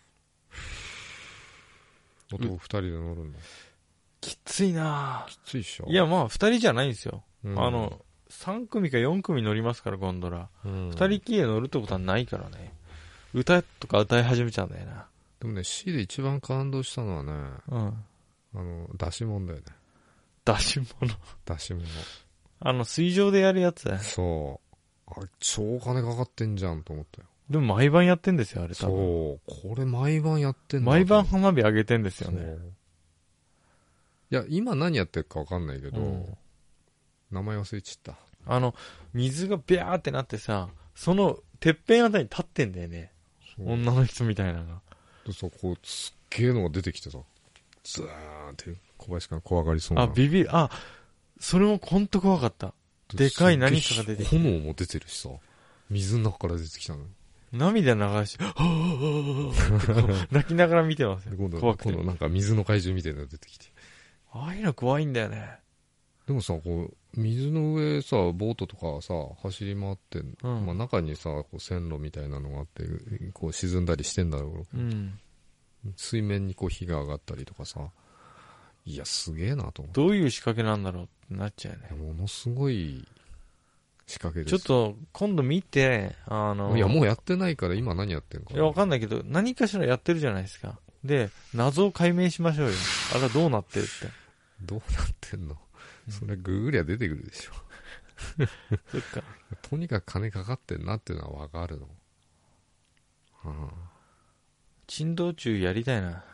男二人で乗るんだ。 きついな。 きついっしょ。 いや、まあ二人じゃないんですよ。 うん、 あの、さん組かよん組乗りますから、ゴンドラ。うん、ふたりきりで乗るってことはないからね。歌とか歌い始めちゃうんだよな。 でもね、C で一番感動したのはね、 うん。 あの、出し物だよね。 出し物出し物。 あの、水上でやるやつだよ。 そう。あれ、超金かかってんじゃんと思ったよ。 でも毎晩やってんですよ、あれ多分。そう。これ毎晩やってんだ。 毎晩花火上げてんですよね。 いや、今何やってるかわかんないけど、うん、名前忘れちゃった。 あの、水がビャーってなってさ、その、てっぺんあたりに立ってんだよね。女の人みたいなのが。 でさ、こう、すっげえのが出てきてさ、ズーンって小林くん怖がりそうな。 あ、ビビる。あ、それもほんと怖かった。でかい何かが出てきて。 炎も出てるしさ、水の中から出てきたの。 涙流し、はぁはぁ泣きながら見てますよ。 今度、 怖くて。 今度なんか水の怪獣みたいなのが出てきて。 ああいうの怖いんだよね。 でもさ、こう、水の上さ、ボートとかさ、走り回って、うん、まあ中にさ、こう線路みたいなのがあって、こう沈んだりしてんだろうけど、うん、水面にこう火が上がったりとかさ、いや、すげえなと思って。 どういう仕掛けなんだろうってなっちゃうね。 ものすごい仕掛けです。 ちょっと、今度見て、あの、 いや、もうやってないから今何やってんのかな。 いや、わかんないけど、何かしらやってるじゃないですか。で、謎を解明しましょうよ。あれはどうなってるって。 どうなってんの？それググりゃ出てくるでしょ。 そっか。 とにかく金かかってんなっていうのはわかるの。はあ、 珍道中やりたいな。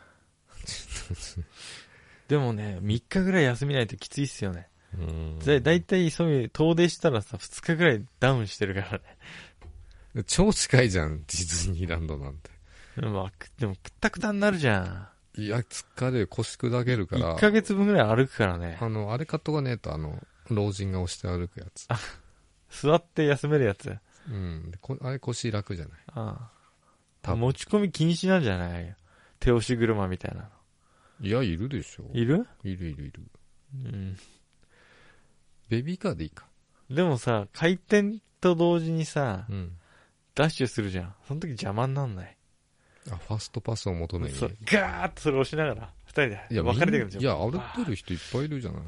でもね、みっかぐらい休みないときついっすよね。だ, だいたいそういう遠出したらさ、ふつかぐらいダウンしてるからね。超近いじゃん、ディズニーランドなんて。 まあ、でもくったくたになるじゃん。 いや、疲れる、腰砕けるから。 いっかげつぶんぐらい歩くからね。 あの、あれ買っとかねえと、あの、老人が押して歩くやつ。 座って休めるやつ。 うん。あれ腰楽じゃない。 ああ。持ち込み禁止なんじゃない？手押し車みたいなの。 いや、いるでしょ。 いる？ いるいるいる。 うん。 ベビーカーでいいか。 でもさ、開店と同時にさ、 うん。 ダッシュするじゃん。その時邪魔になんない？ あ、ファストパスを求めに。 そう、ガーッとそれ押しながら、二人で分かれてくるじゃん。 いや、歩ってる人いっぱいいるじゃない。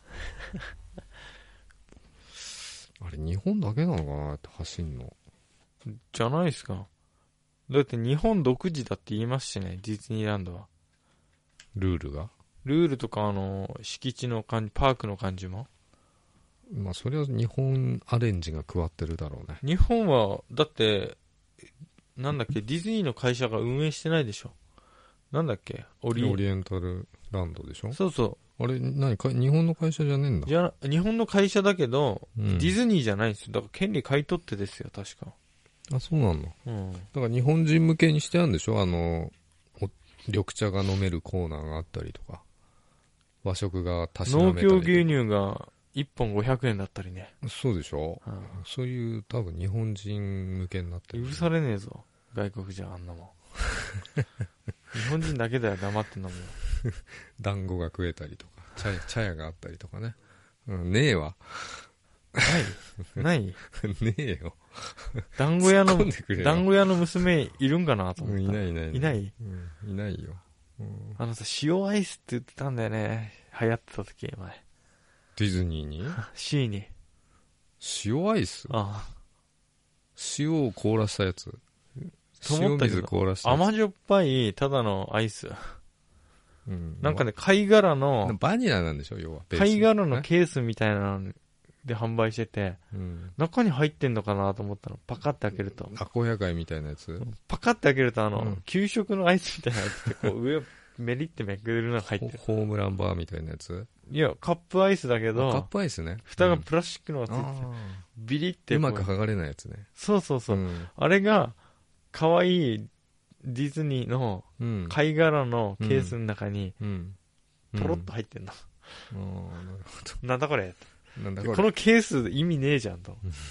あれ、日本だけなのかなって走んの。 じゃないですか。だって日本独自だって言いますしね、ディズニーランドは。 ルールがルールとか、あの、敷地の感じ、パークの感じも。 まあ、それは日本アレンジが加わってるだろうね。 日本は、だって、なんだっけ、ディズニーの会社が運営してないでしょ。なんだっけ、 オリオリエンタルランドでしょ。 そうそう。 あれ、何か、日本の会社じゃねえんだ。 じゃ、日本の会社だけど、 うん、 ディズニーじゃないんですよ。だから権利買い取ってですよ、確か。 あ、そうなんだ。 うん。 だから日本人向けにしてあるんでしょ。あの、緑茶が飲めるコーナーがあったりとか。和食がたしなめたりとか。 農協牛乳がいっぽんごひゃくえんだったりね。 そうでしょ、 うん、 そういう多分日本人向けになってる。 許されねえぞ。外国じゃあんなもん。日本人だけだよ、黙ってんのも。 団子が食えたりとか、茶屋、茶屋があったりとかね。うん、ねえわ。 ないないねえよ。 団子屋の、団子屋の娘いるんかなと思った。 うん、いないいない。 いない、 うん、いないよ。うん、あのさ、塩アイスって言ってたんだよね。流行ってた時、前。 ディズニーに ?C に。 塩アイス。 ああ。 塩を凍らしたやつ。塩水凍らしたやつ。 甘じょっぱい、ただのアイス。 うん、 なんかね、貝殻の、 バニラなんでしょ、要は。 貝殻のケースみたいなので販売してて、 うん、 中に入ってんのかなと思ったの。パカって開けると。 アコヤ貝みたいなやつ。 パカって開けると、あの、 うん、 給食のアイスみたいなやつって、こう、上をメリってめくれるのが入ってる。 ホームランバーみたいなやつ。 いや、カップアイスだけど、 カップアイスね。 蓋がプラスチックのがついてて、 うん、 ビリって。 うまく剥がれないやつね。 そうそうそう。うん、あれが、可愛いディズニーの貝殻のケースの中に、ポロッと入ってんの。 うんうん、なるほど。 なんだこれ。 なんだこれ。 このケース意味ねえじゃんと。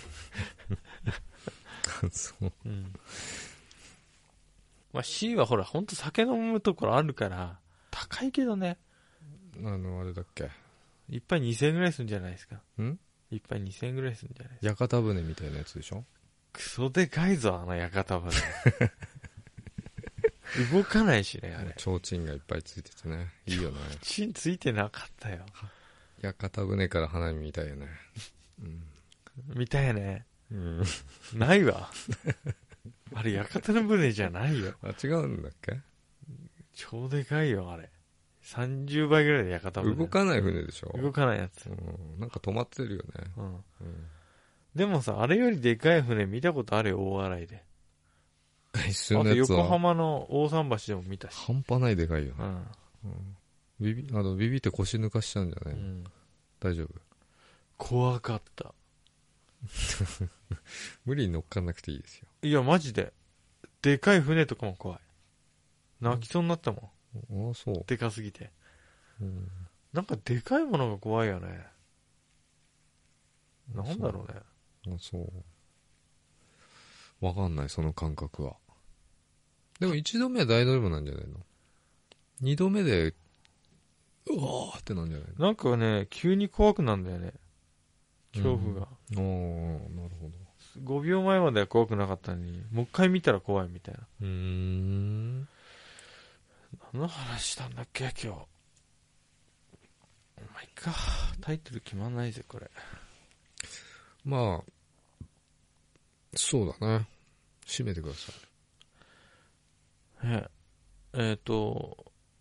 そう。 うん。まあ C はほら、ほんと酒飲むところあるから、高いけどね。 あの、あれだっけ。 一杯にせんえんぐらいするんじゃないですか。 ん一杯にせんえんぐらいするんじゃないですか。 屋形船みたいなやつでしょ。 クソでかいぞ、あの屋形船。動かないしね、あれ。 提灯がいっぱいついててね。いいよね。 提灯ついてなかったよ。 屋形船から花火見たいよね。 うん、見たいね。 うん、 ないわ。あれ屋形の船じゃないよ。 あ、違うんだっけ。 超でかいよ、あれ。さんじゅうばいぐらいで屋形船。 動かない船でしょ。 動かないやつ。 うん、なんか止まってるよね。うん。うん、 でもさ、あれよりでかい船見たことあるよ、大洗で。 一瞬のやつは。 あと横浜の大桟橋でも見たし。 半端ないでかいよね。 うん。 うん、ビビ、あの、ビビって腰抜かしちゃうんじゃない、うん、大丈夫。 怖かった。 無理に乗っかんなくていいですよ。 いや、マジで。でかい船とかも怖い。泣きそうになったもん。うん、ああ、そう。 でかすぎて。 うん。 なんかでかいものが怖いよね。なんだろうね。 あ、そう。わかんない、その感覚は。でも一度目は大丈夫なんじゃないの？二度目で、うわーってなんじゃないの？ なんかね、急に怖くなんだよね。恐怖が。 うん、おー、なるほど。 ごびょうまえまでは怖くなかったのに、もう一回見たら怖いみたいな。 うーん。 何の話したんだっけ、今日。まあ、いっか。タイトル決まんないぜ、これ。 まあ、そうだね。締めてください。 え、えっと、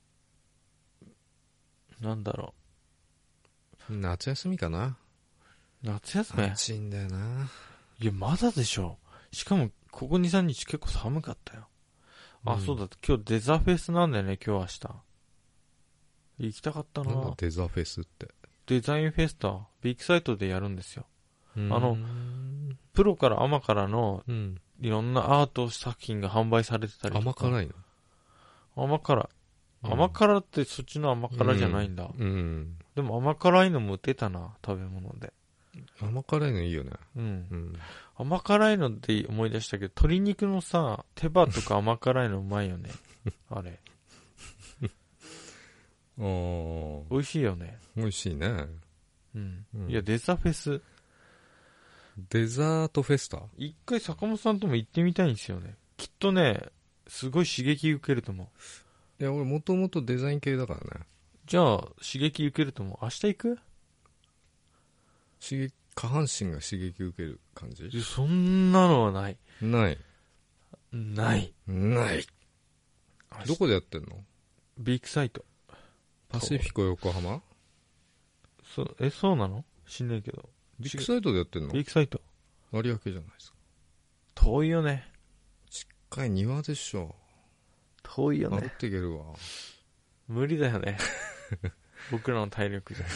なんだろう。夏休みかな。 夏休み？ 暑いんだよな。 いや、まだでしょ。しかも、ここに、さんにち結構寒かったよ。あ、うん、そうだ。今日デザフェスなんだよね、今日明日。行きたかったな。 なんだデザフェスって。 デザインフェスタ、ビッグサイトでやるんですよ。あの、プロからアマからの、うん、いろんなアート作品が販売されてたりとか。 甘辛いの？ 甘辛。甘辛ってそっちの甘辛じゃないんだ。うんうん、でも甘辛いのも売ってたな、食べ物で。 甘辛いのいいよね。 うん。うん、甘辛いのって思い出したけど、鶏肉のさ、手羽とか甘辛いのうまいよね。あれ。 お美味しいよね。 美味しいね。 うん。うん、いや、デザフェス。 デザートフェスタ？ 一回坂本さんとも行ってみたいんですよね。きっとね、すごい刺激受けると思う。いや、俺もともとデザイン系だからね。 じゃあ、刺激受けると思う。明日行く？ 刺激、下半身が刺激受ける感じ？ そんなのはない。 ない。 ない。 ない。どこでやってんの？ ビッグサイト。 パシフィコ横浜？ そ、え、そうなの？知んないけど。 ビッグサイトでやってんの？ ビッグサイト。 有明じゃないですか。 遠いよね。 近い庭でしょ。 遠いよね。 歩っていけるわ。 無理だよね。僕らの体力じゃ。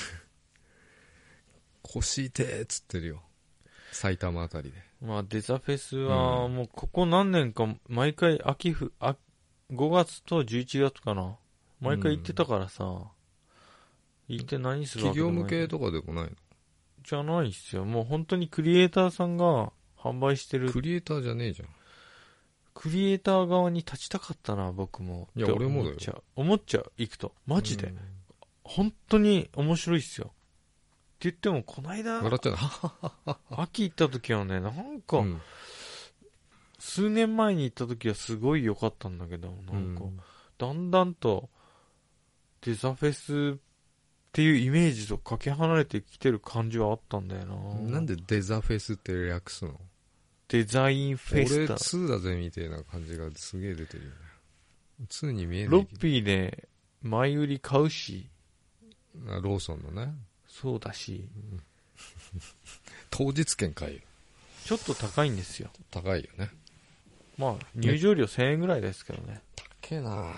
腰痛えっつってるよ。埼玉あたりで。 まあデザフェスはもうここ何年か毎回秋ふ、あ、ごがつとじゅういちがつかな。毎回行ってたからさ。うん、行って何するわけでもない。 企業向けとかでもないの？ じゃないっすよ。もう本当にクリエイターさんが販売してる。 クリエイターじゃねえじゃん。 クリエイター側に立ちたかったな、僕も。 いや、俺もだよ。 思っちゃう、行くと。マジで。本当に面白いっすよ。って言っても、こないだ、 笑っちゃう秋行った時はね、なんか、うん、数年前に行った時はすごい良かったんだけど、なんか、うん、だんだんと、デザフェスっていうイメージとかけ離れてきてる感じはあったんだよな。 なんでデザフェスって略すの？ デザインフェスタ。 俺ツーだぜみたいな感じがすげえ出てるよね。ツーに見えない。 ロッピーで前売り買うし。 ローソンのね。 そうだし。うん、 当日券買え。 ちょっと高いんですよ。 高いよね。 まあ、入場料せんえんぐらいですけどね。 高えな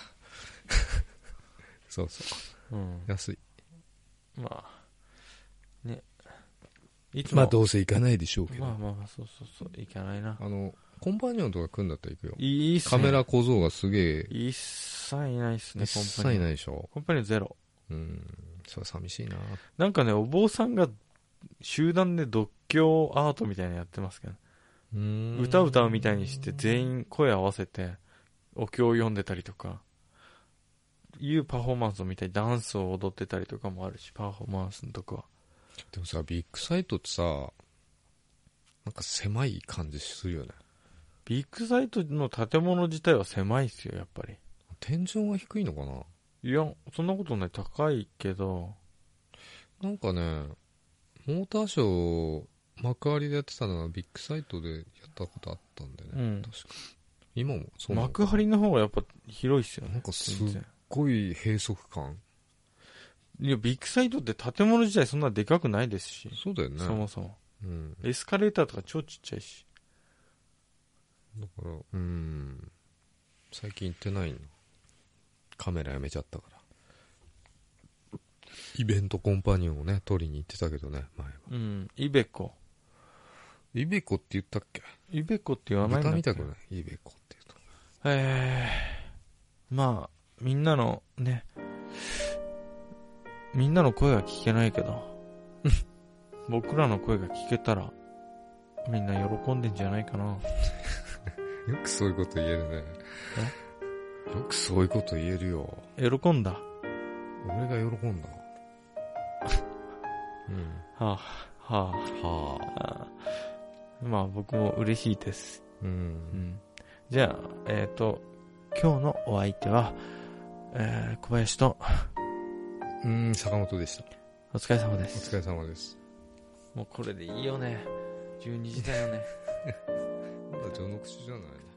そうそう。うん、安い。 まあ、ね。いつもまあどうせ行かないでしょうけど。 まあまあまあ、そうそうそう、行かないな。 あの、コンパニオンとか組んだったら行くよ。 いいっすね。 カメラ小僧がすげえ。 一切いないっすね、 コンパニオン。一切いないでしょ。 コンパニオンゼロ。 うん。それ寂しいな。 なんかね、お坊さんが集団で独協アートみたいなのやってますけど、ね、うーん歌歌うみたいにして全員声合わせてお経を読んでたりとか、いうパフォーマンスを見たり、ダンスを踊ってたりとかもあるし、パフォーマンスのとこは。 でもさ、ビッグサイトってさ、なんか狭い感じするよね。 ビッグサイトの建物自体は狭いっすよ、やっぱり。 天井が低いのかな？ いや、そんなことない、高いけど。 なんかね、モーターショー、幕張でやってたのはビッグサイトでやったことあったんでね。うん、確か今もそうなのかな。 幕張の方がやっぱ広いっすよね。 なんかすっごい閉塞感。 いや、ビッグサイトって建物自体そんなでかくないですし。 そうだよね。 そもそも。 うん。 エスカレーターとか超ちっちゃいし。 だから、うん。最近行ってないの。カメラやめちゃったから。イベントコンパニオンをね、撮りに行ってたけどね、前は。 うん。イベコ。 イベコって言ったっけ？ イベコって言わないんだっけ？ 豚見たくない？イベコって言うと。 えー。まあ、みんなのね、みんなの声は聞けないけど、僕らの声が聞けたら、みんな喜んでんじゃないかな。よくそういうこと言えるね。よくそういうこと言えるよ。 喜んだ。 俺が喜んだ。 うん。はあ、はあ、はあ。まあ僕も嬉しいです。うん。うん、じゃあ、えっと、今日のお相手は、えー、小林と、 うーん、坂本でした。 お疲れ様です。 お疲れ様です。 もうこれでいいよね。じゅうにじだよね。 まだ序の口じゃない。